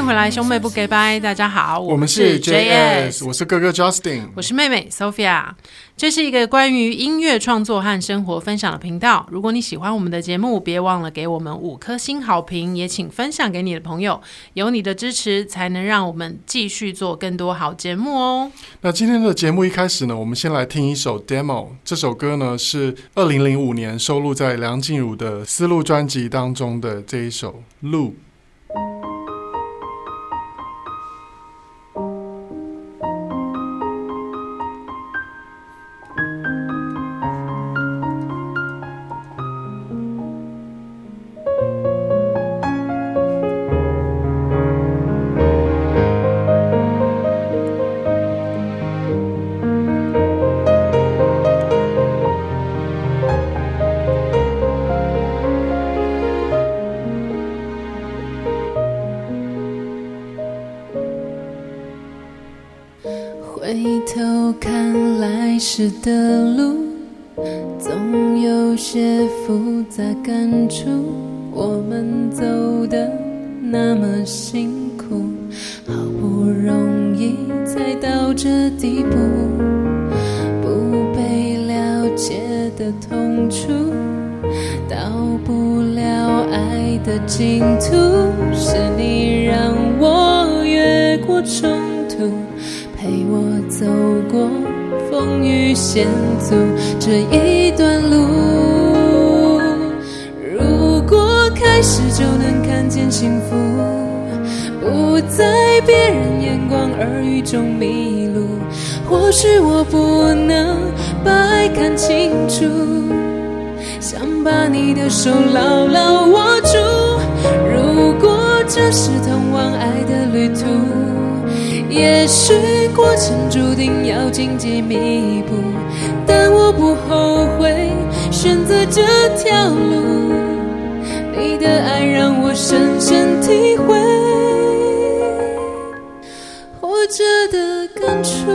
迎回来，兄妹不给拜。大家好， 我们是 JS， 我是哥哥 Justin， 我是妹妹 Sophia。这是一个关于音乐创作和生活分享的频道。如果你喜欢我们的节目，别忘了给我们5颗星好评，也请分享给你的朋友。有你的支持，才能让我们继续做更多好节目哦。 那今天的节目一开始呢，我们先来听一首 Demo。这首歌呢是2005年收录在梁静茹的丝路专辑当中的这一首路。 回头看来时的路，总有些复杂感触。我们走得那么辛苦，好不容易才到这地步，不被了解的痛楚，到不了爱的净土。是你让我越过冲突，陪我走过风雨险阻这一段路。如果开始就能看见幸福，不在别人眼光耳语中迷路，或许我不能把爱看清楚，想把你的手牢牢握住。如果这是通往爱的旅途，也许过程注定要荆棘密布，但我不后悔选择这条路。你的爱让我深深体会活着的感触。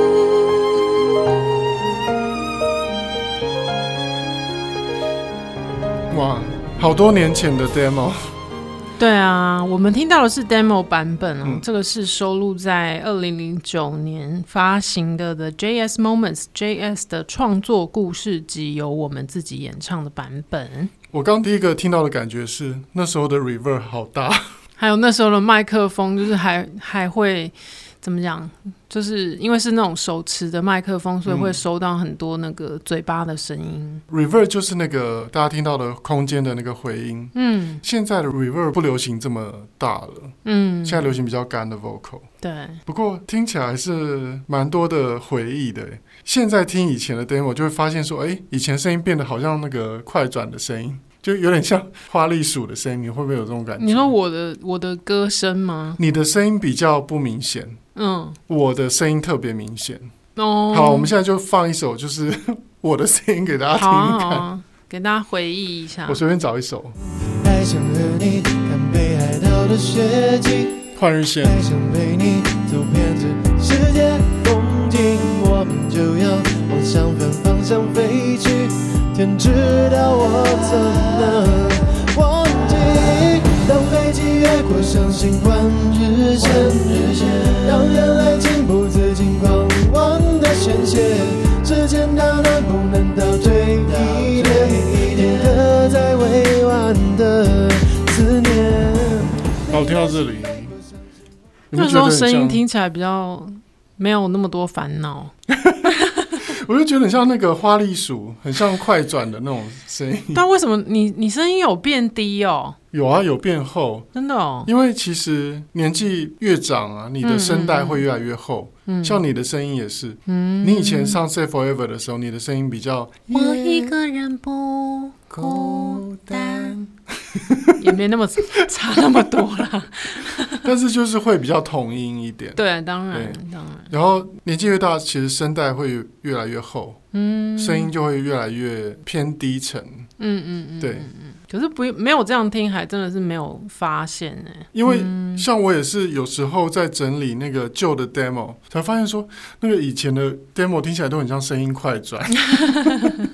哇，好多年前的 demo。 对啊，我们听到的是 demo 版本哦，这个是收录在2009年发行的 The JS Moments JS 的创作故事集，由我们自己演唱的版本。 我刚第一个听到的感觉是那时候的 reverb 好大， 还有那时候的麦克风就是还会怎么讲，就是因为是那种手持的麦克风，所以会收到很多那个嘴巴的声音。 reverb 就是那个大家听到的空间的那个回音。现在的 reverb 不流行这么大了。现在流行比较干的 vocal。 对， 不过听起来还是蛮多的回忆的。现在听以前的 demo 就会发现说，以前声音变得好像那个快转的声音，就有点像花栗鼠的声音。你会不会有这种感觉？ 你说我的歌声吗？ 你的声音比较不明显，我的声音特别明显。好，我们现在就放一首就是我的声音给大家听听看。 好，给大家回忆一下。 我随便找一首。 还想和你看北海道的雪景， 换日线。 还想陪你走遍这世界风景，我们就要往相反方向飞去，天知道我怎能忘记。当飞机越过伤心换日线，让眼泪情不自禁狂妄的宣泄，时间它能不能倒退一点，定格在未完的思念。 好，听到这里， 那时候声音听起来比较没有那么多烦恼。 我就觉得很像那个花栗鼠，很像快转的那种声音。 但为什么你声音有变低哦？ 有啊，有变厚， 真的哦。 因为其实年纪越长啊，你的声带会越来越厚。像你的声音也是。你以前上 Say Forever 的时候，你的声音比较我一个人不孤单，也没那么差那么多啦。 但是就是会比较统一一点。 对，当然。 然后年纪越大，其实声带会越来越厚，声音就会越来越偏低沉。对。 可是没有这样听，还真的是没有发现欸。 因为像我也是有时候在整理那个旧的 demo， 才发现说那个以前的 demo 听起来都很像声音快转。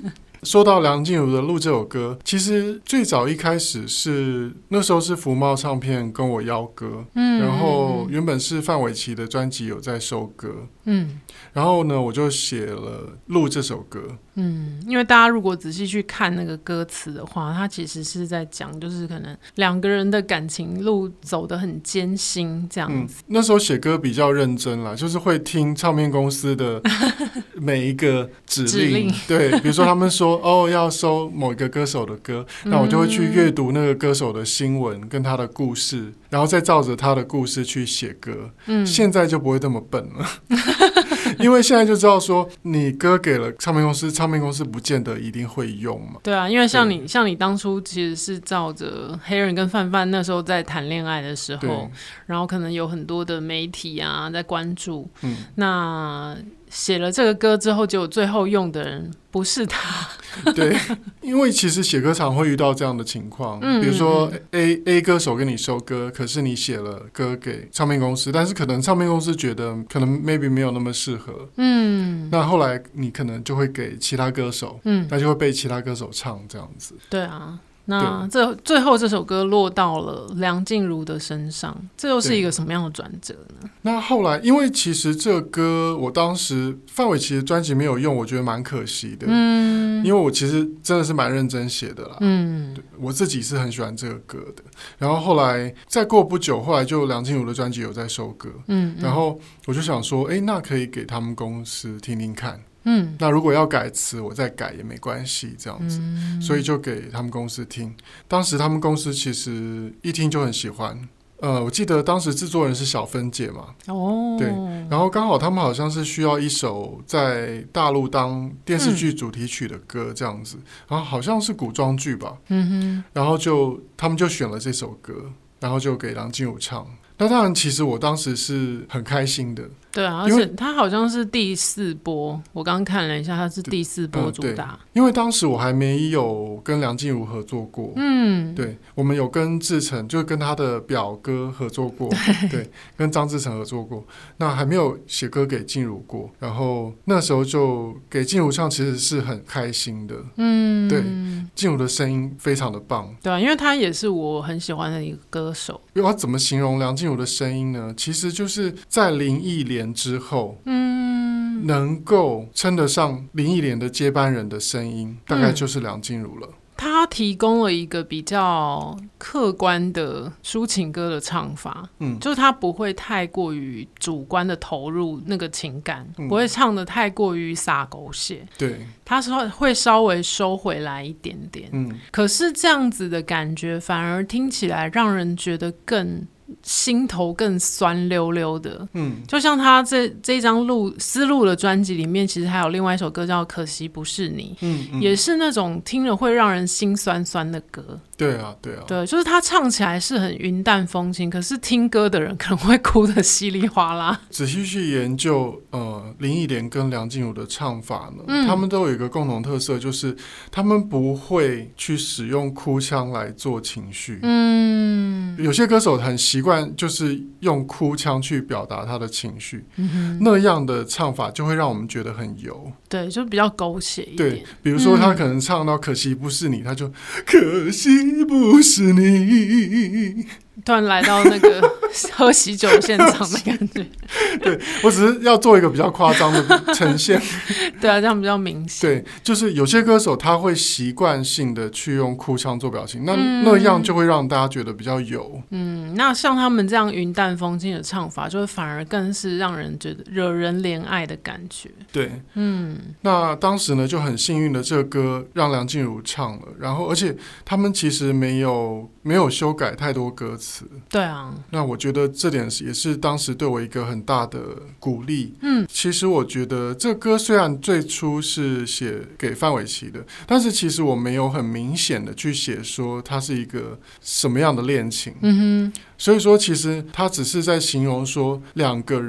说到梁静茹的《路》这首歌，其实最早一开始是那时候是福茂唱片跟我邀歌，然后原本是范玮琪的专辑有在收歌，然后呢我就写了《路》这首歌。 因为大家如果仔细去看那个歌词的话，它其实是在讲就是可能两个人的感情路走得很艰辛这样子。 那时候写歌比较认真啦，就是会听唱片公司的每一个指令对，比如说他们说要收某一个歌手的歌，那我就会去阅读那个歌手的新闻跟他的故事，然后再照着他的故事去写歌。现在就不会这么笨了因为现在就知道说你歌给了唱片公司，唱片公司不见得一定会用嘛。 对啊，因为像你当初其实是照着黑人跟范范那时候在谈恋爱的时候，然后可能有很多的媒体啊在关注，那写了这个歌之后，结果最后用的人不是他对，因为其实写歌常会遇到这样的情况，比如说 A 歌手跟你收歌，可是你写了歌给唱片公司，但是可能唱片公司觉得可能 maybe 没有那么适合，那后来你可能就会给其他歌手，那就会被其他歌手唱这样子。 对啊，那最后这首歌落到了梁静茹的身上，这又是一个什么样的转折呢？ 那后来因为其实这个歌我当时范玮琪的专辑没有用，我觉得蛮可惜的，因为我其实真的是蛮认真写的啦，对，我自己是很喜欢这个歌的。然后后来再过不久，后来就梁静茹的专辑有在收歌，然后我就想说那可以给他们公司听听看，那如果要改词我再改也没关系这样子，所以就给他们公司听。当时他们公司其实一听就很喜欢，我记得当时制作人是小芬姐嘛，对，然后刚好他们好像是需要一首在大陆当电视剧主题曲的歌这样子，然后好像是古装剧吧，然后他们就选了这首歌，然后就给梁静茹唱。那当然其实我当时是很开心的， 对啊，而且它好像是第4波，我刚刚看了一下，它是第4波主打， 因为当时我还没有跟梁静茹合作过，对，我们有跟志成，就是跟他的表哥合作过，对，跟张志成合作过，那还没有写歌给静茹过，然后那时候就给静茹唱，其实是很开心的，对，静茹的声音非常的棒， 对啊，因为他也是我很喜欢的一个歌手。 我要怎么形容梁静茹的声音呢？其实就是在林忆莲之后，能够称得上林忆莲的接班人的声音，大概就是梁静茹了。 他提供了一个比较客观的抒情歌的唱法，就是他不会太过于主观的投入那个情感，不会唱得太过于洒狗血， 对， 他会稍微收回来一点点，可是这样子的感觉反而听起来让人觉得更心头更酸溜溜的，就像他这张丝路的专辑里面，其实还有另外一首歌叫《可惜不是你》，也是那种听了会让人心酸酸的歌。 对啊，对啊， 对，就是他唱起来是很云淡风轻，可是听歌的人可能会哭得稀里哗啦。 仔细去研究林忆莲跟梁静茹的唱法呢，他们都有一个共同特色，就是他们不会去使用哭腔来做情绪。有些歌手很习惯就是用哭腔去表达他的情绪，那样的唱法就会让我们觉得很油， 对，就比较狗血一点。 对，比如说他可能唱到可惜不是你，他就可惜不是你， 突然来到那个喝喜酒现场的感觉。 对，我只是要做一个比较夸张的呈现。 对啊，这样比较明显。 对，就是有些歌手他会习惯性的去用哭腔做表情，那样就会让大家觉得比较油。 那像他们这样云淡风轻的唱法，就会反而更是让人觉得惹人怜爱的感觉。 对，那当时呢就很幸运的这个歌让梁静茹唱了，然后而且他们其实没有修改太多歌词。 对啊， 那我觉得这点也是当时对我一个很大的鼓励。其实我觉得这歌虽然最初是写给范玮琪的，但是其实我没有很明显的去写说它是一个什么样的恋情。所以说其实他只是在形容说两个人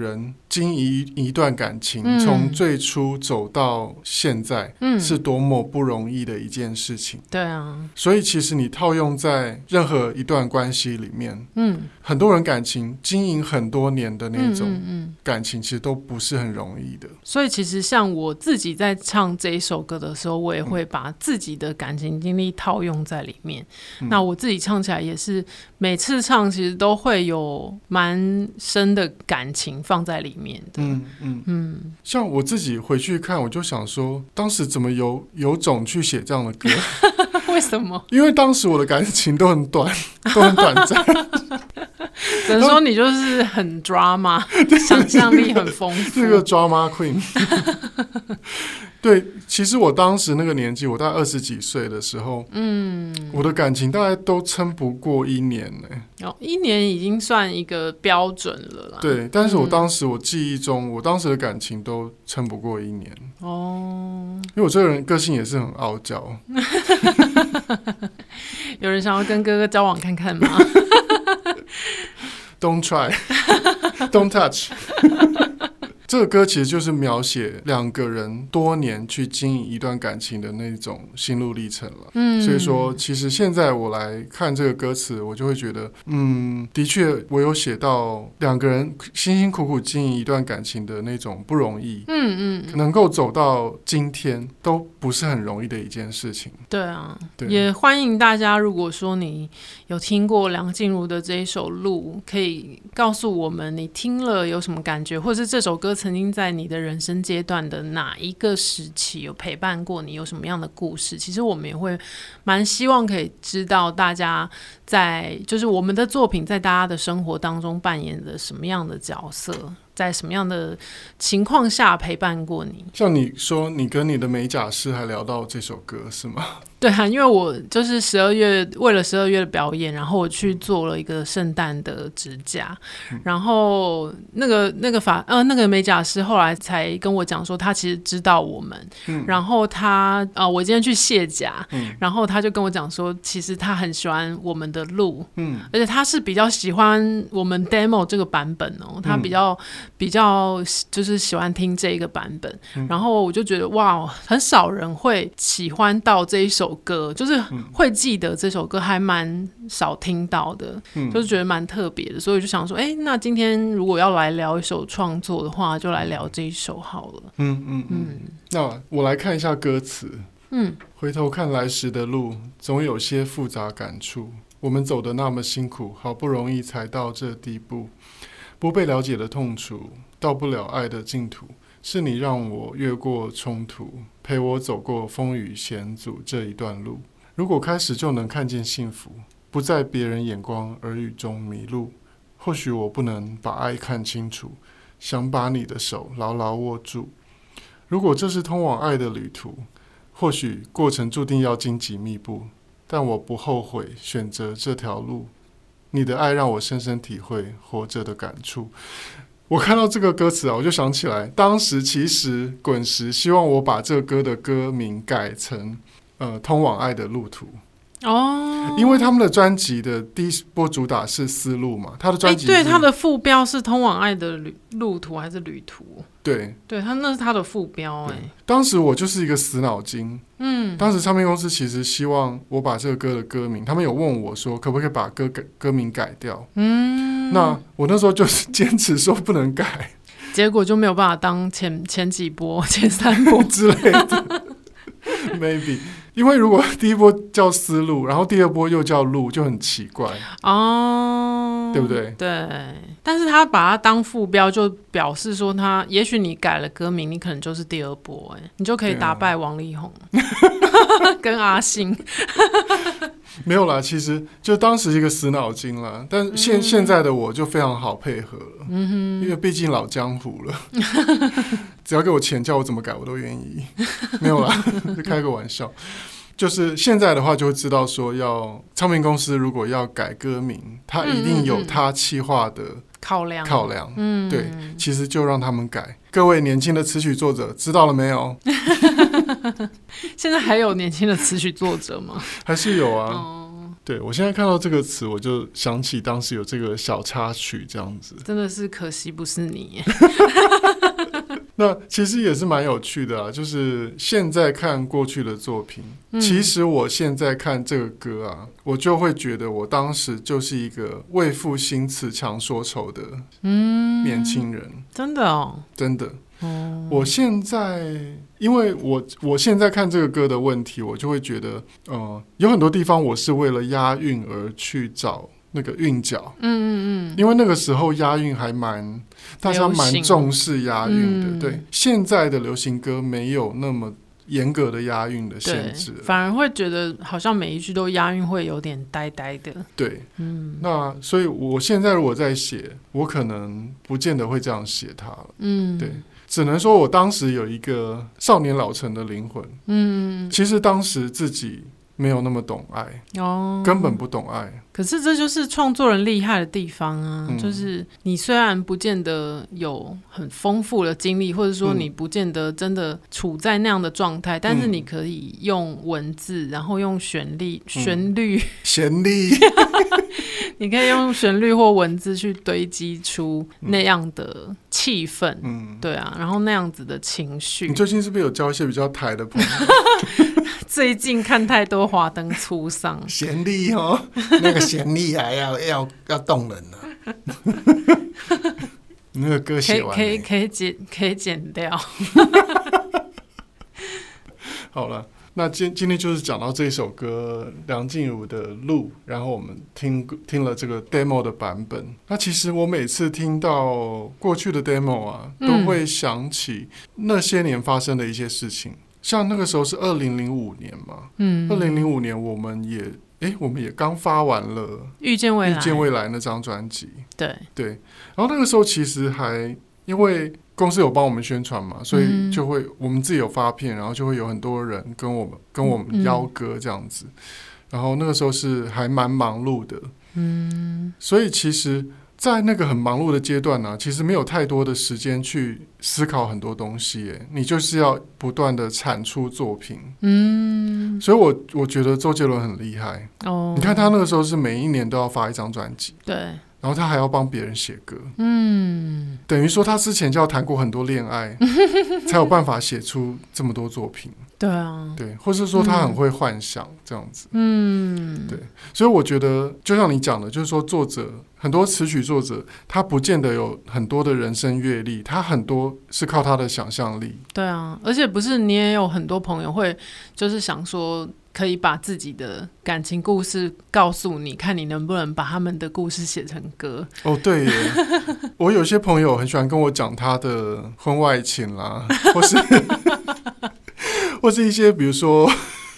经营一段感情，从最初走到现在，是多么不容易的一件事情。 对啊， 所以其实你套用在任何一段关系里面，很多人感情经营很多年的那种感情，其实都不是很容易的。 所以其实像我自己在唱这一首歌的时候，我也会把自己的感情经历套用在里面。那我自己唱起来也是，每次唱其实都会有蛮深的感情放在里面的。 像我自己回去看，我就想说，当时怎么有种去写这样的歌？ 为什么？ 因为当时我的感情都很短，都很短暂。 只能说你就是很 drama， 想象力很丰富， 这个 drama queen。对，其实我当时那个年纪，我大概20几岁的时候，我的感情大概都撑不过1年呢。 1年已经算一个标准了啦。 对，但是我当时我记忆中，我当时的感情都撑不过1年。因为我这个人个性也是很傲娇。 有人想要跟哥哥交往看看吗 ？Don't try, don't touch 。这个歌其实就是描写2个人多年去经营一段感情的那种心路历程了。所以说其实现在我来看这个歌词，我就会觉得的确我有写到2个人辛辛苦苦经营一段感情的那种不容易。能够走到今天都不是很容易的一件事情。 对啊， 对， 也欢迎大家，如果说你有听过梁静茹的这一首《路》，可以告诉我们你听了有什么感觉，或者是这首歌曾经在你的人生阶段的哪一个时期有陪伴过你，有什么样的故事。其实我们也会蛮希望可以知道大家在就是我们的作品在大家的生活当中扮演的什么样的角色，在什么样的情况下陪伴过你。 像你说你跟你的美甲师还聊到这首歌是吗？ 对啊，因为我就是为了12月的表演，然后我去做了一个圣诞的指甲，然后那个美甲师后来才跟我讲说，他其实知道我们，然后我今天去卸甲，然后他就跟我讲说，其实他很喜欢我们的路，而且他是比较喜欢我们 demo 这个版本哦，他比较就是喜欢听这个版本，然后我就觉得哇，很少人会喜欢到这一首歌，就是会记得这首歌，还蛮少听到的，就是觉得蛮特别的，所以我就想说，那今天如果要来聊一首创作的话，就来聊这一首好了。 那我来看一下歌词。回头看来时的路，总有些复杂感触。我们走得那么辛苦，好不容易才到这地步，不被了解的痛楚，到不了爱的净土。是你让我越过冲突，陪我走过风雨险阻这一段路。如果开始就能看见幸福，不在别人眼光耳语中迷路，或许我不能把爱看清楚，想把你的手牢牢握住。如果这是通往爱的旅途，或许过程注定要荆棘密布，但我不后悔选择这条路。你的爱让我深深体会活着的感触。我看到这个歌词我就想起来，当时其实滚石希望我把这个歌的歌名改成通往爱的路途。因为他们的专辑的第一波主打是丝路嘛，他的专辑对，他的副标是通往爱的路途还是旅途？ 对， 那是他的副标。 当时我就是一个死脑筋。当时唱片公司其实希望我把这个歌的歌名，他们有问我说可不可以把歌名改掉。那我那时候就是坚持说不能改， 结果就没有办法当前几波前3波之类的maybe， 因为如果第一波叫丝路，然后第二波又叫路，就很奇怪对不对？ 对，但是他把它当副标，就表示说也许你改了歌名，你可能就是第二波，你就可以打败王力宏跟阿信没有啦，其实就当时一个死脑筋啦，但现在的我就非常好配合了，因为毕竟老江湖了只要给我钱叫我怎么改我都愿意没有啦就开个玩笑。就是现在的话就会知道说，唱片公司如果要改歌名，他一定有他企划的考量对，其实就让他们改。各位年轻的词曲作者知道了没有现在还有年轻的词曲作者吗？ 还是有啊对，我现在看到这个词，我就想起当时有这个小插曲这样子。 真的是可惜不是你。 那其实也是蛮有趣的啊，就是现在看过去的作品，其实我现在看这个歌啊，我就会觉得我当时就是一个为赋新词强说愁的年轻人。 真的哦， 真的。我现在因为我现在看这个歌的问题，我就会觉得有很多地方我是为了押韵而去找那个韵脚，因为那个时候押韵还大家蛮重视押韵的，对，现在的流行歌没有那么严格的押韵的限制， 反而会觉得好像每一句都押韵会有点呆呆的。 对，那所以我现在如果在写，我可能不见得会这样写它了，对。只能说我当时有一个少年老成的灵魂，其实当时自己没有那么懂爱，根本不懂爱。 可是这就是创作人厉害的地方啊，就是你虽然不见得有很丰富的经历，或者说你不见得真的处在那样的状态，但是你可以用文字，然后用旋律你可以用旋律或文字去堆积出那样的气氛，对啊，然后那样子的情绪。 你最近是不是有交一些比较台的朋友？ 最近看太多华灯初上， 旋律哦，那个旋律还要动人呢。那个歌写完可以剪掉。 好了。那今天就是讲到这首歌梁静茹的《路》，然后我们听了这个 demo 的版本。那其实我每次听到过去的 demo 啊，都会想起那些年发生的一些事情。像那个时候是2005年嘛，2005年我们也刚发完了《 遇见未来》 那张专辑， 对， 然后那个时候其实还因为公司有帮我们宣传嘛，所以就会我们自己有发片，然后就会有很多人跟我们邀歌这样子，然后那个时候是还蛮忙碌的，所以其实在那个很忙碌的阶段呢，其实没有太多的时间去思考很多东西耶，你就是要不断的产出作品，所以我觉得周杰伦很厉害，你看他那个时候是每一年都要发一张专辑， 对， 然后他还要帮别人写歌，等于说他之前就要谈过很多恋爱，才有办法写出这么多作品。 对啊， 对，或是说他很会幻想这样子，对，所以我觉得就像你讲的，就是说很多词曲作者，他不见得有很多的人生阅历，他很多是靠他的想象力。 对啊，而且不是你也有很多朋友会就是想说可以把自己的感情故事告诉你，看你能不能把他们的故事写成歌。 哦，对耶，我有些朋友很喜欢跟我讲他的婚外情啦，或是一些比如说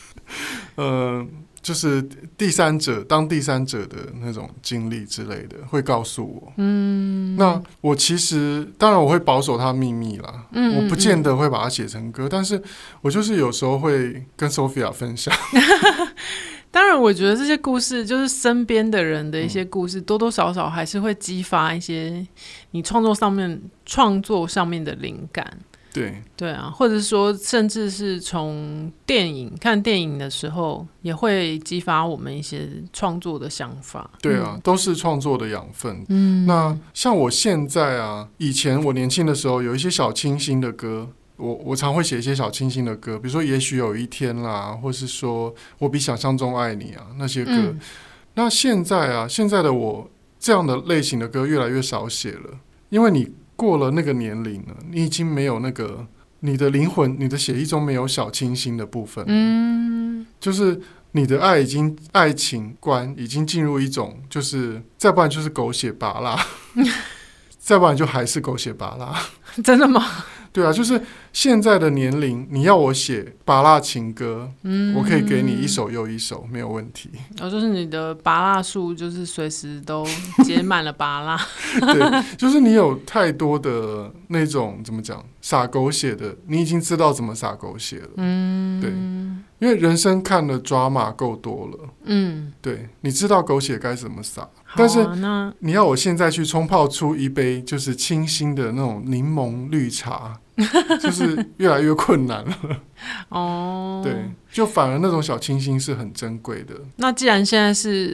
就是当第三者的那种经历之类的，会告诉我。那我其实当然我会保守他秘密啦，我不见得会把它写成歌，但是我就是有时候会跟 Sophia 分享。 当然我觉得这些故事就是身边的人的一些故事，多多少少还是会激发一些你创作上面的灵感。对啊，或者说甚至是从看电影的时候也会激发我们一些创作的想法。 对啊，都是创作的养分。那像我现在啊，以前我年轻的时候有一些小清新的歌，我常会写一些小清新的歌，比如说也许有一天啦，或是说我比想象中爱你啊，那些歌。那现在的我这样的类型的歌越来越少写了，因为你过了那个年龄了，你已经没有那个你的灵魂，你的血液中没有小清新的部分，就是你的爱情观已经进入一种，就是再不然就是狗血拔辣，再不然就还是狗血拔辣。 真的吗？ 对啊，就是现在的年龄，你要我写拔辣情歌，我可以给你一首又一首，没有问题。 就是你的拔辣树，就是随时都结满了拔辣。 对，就是你有太多的那种怎么讲撒狗血的，你已经知道怎么撒狗血了。对，因为人生看的drama够多了。对，你知道狗血该怎么撒。但是你要我现在去冲泡出一杯就是清新的那种柠檬绿茶， 就是越来越困难了。 哦， 对，就反而那种小清新是很珍贵的。 那既然现在是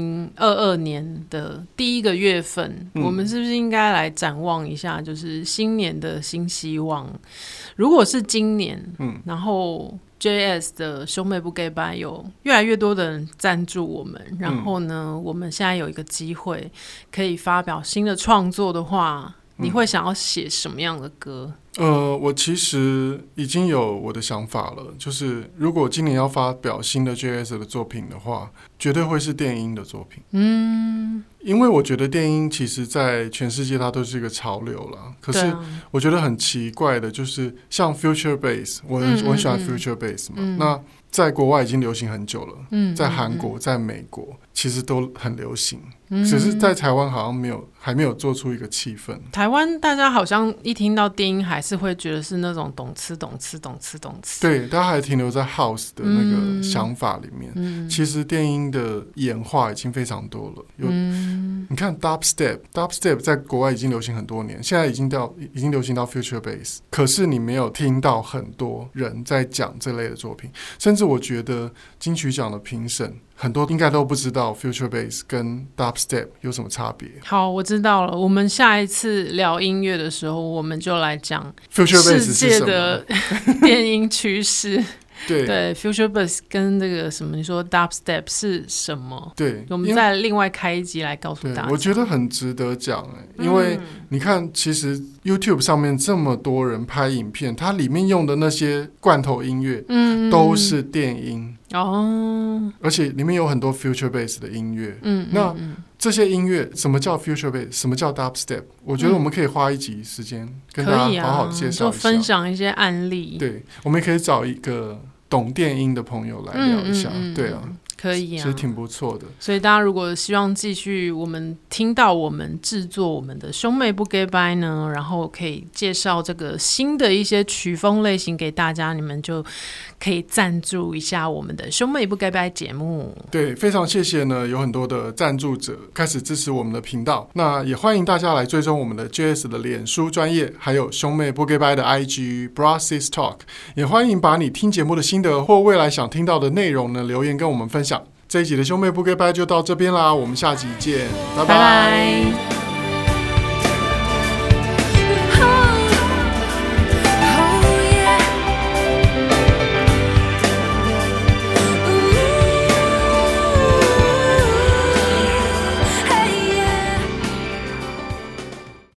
2022年的第1个月份，我们是不是应该来展望一下，就是新年的新希望？如果是今年，然后 JS 的兄妹不给白有越来越多的人赞助我们，然后呢，我们现在有一个机会可以发表新的创作的话，你会想要写什么样的歌？ 我其实已经有我的想法了，就是如果今年要发表新的 JS 的作品的话，绝对会是电音的作品。因为我觉得电音其实在全世界它都是一个潮流啦，可是我觉得很奇怪的就是像 Future Bass， 我很喜欢 Future Bass 嘛，那在国外已经流行很久了，在韩国在美国其实都很流行，只是在台湾好像还没有做出一个气氛。 台湾大家好像一听到电音还是会觉得是那种懂吃， 对，大家还停留在 House 的那个想法里面，其实电音的演化已经非常多了。你看 Dubstep 在国外已经流行很多年，现在已经流行到 Future Bass， 可是你没有听到很多人在讲这类的作品，甚至我觉得金曲奖的评审很多应该都不知道 Future Bass 跟 Dubstep 有什么差别。 好，我知道了，我们下一次聊音乐的时候，我们就来讲 Future Bass 世界的电音趋势。对 Future Bass 跟这个什么你说 Dubstep 是什么？ 对， 我们再另外开一集来告诉大家。 我觉得很值得讲，因为你看其实 YouTube 上面这么多人拍影片，它里面用的那些罐头音乐都是电音而且里面有很多 Future Bass 的音乐。那这些音乐什么叫 Future Bass， 什么叫 Dubstep， 我觉得我们可以花一集时间跟大家好好介绍一下， 就分享一些案例。 对，我们也可以找一个懂电音的朋友来聊一下。对啊， 可以啊， 其实挺不错的。 所以大家如果希望继续我们听到我们制作我们的兄妹不给掰呢，然后可以介绍这个新的一些曲风类型给大家，你们就可以赞助一下我们的兄妹不给掰节目。 对，非常谢谢呢，有很多的赞助者开始支持我们的频道，那也欢迎大家来追踪我们的 JS 的脸书专页，还有兄妹不给掰的 IG Brosis Talk， 也欢迎把你听节目的心得或未来想听到的内容呢留言跟我们分享。这一集的兄妹不给掰就到这边啦，我们下集见，拜拜。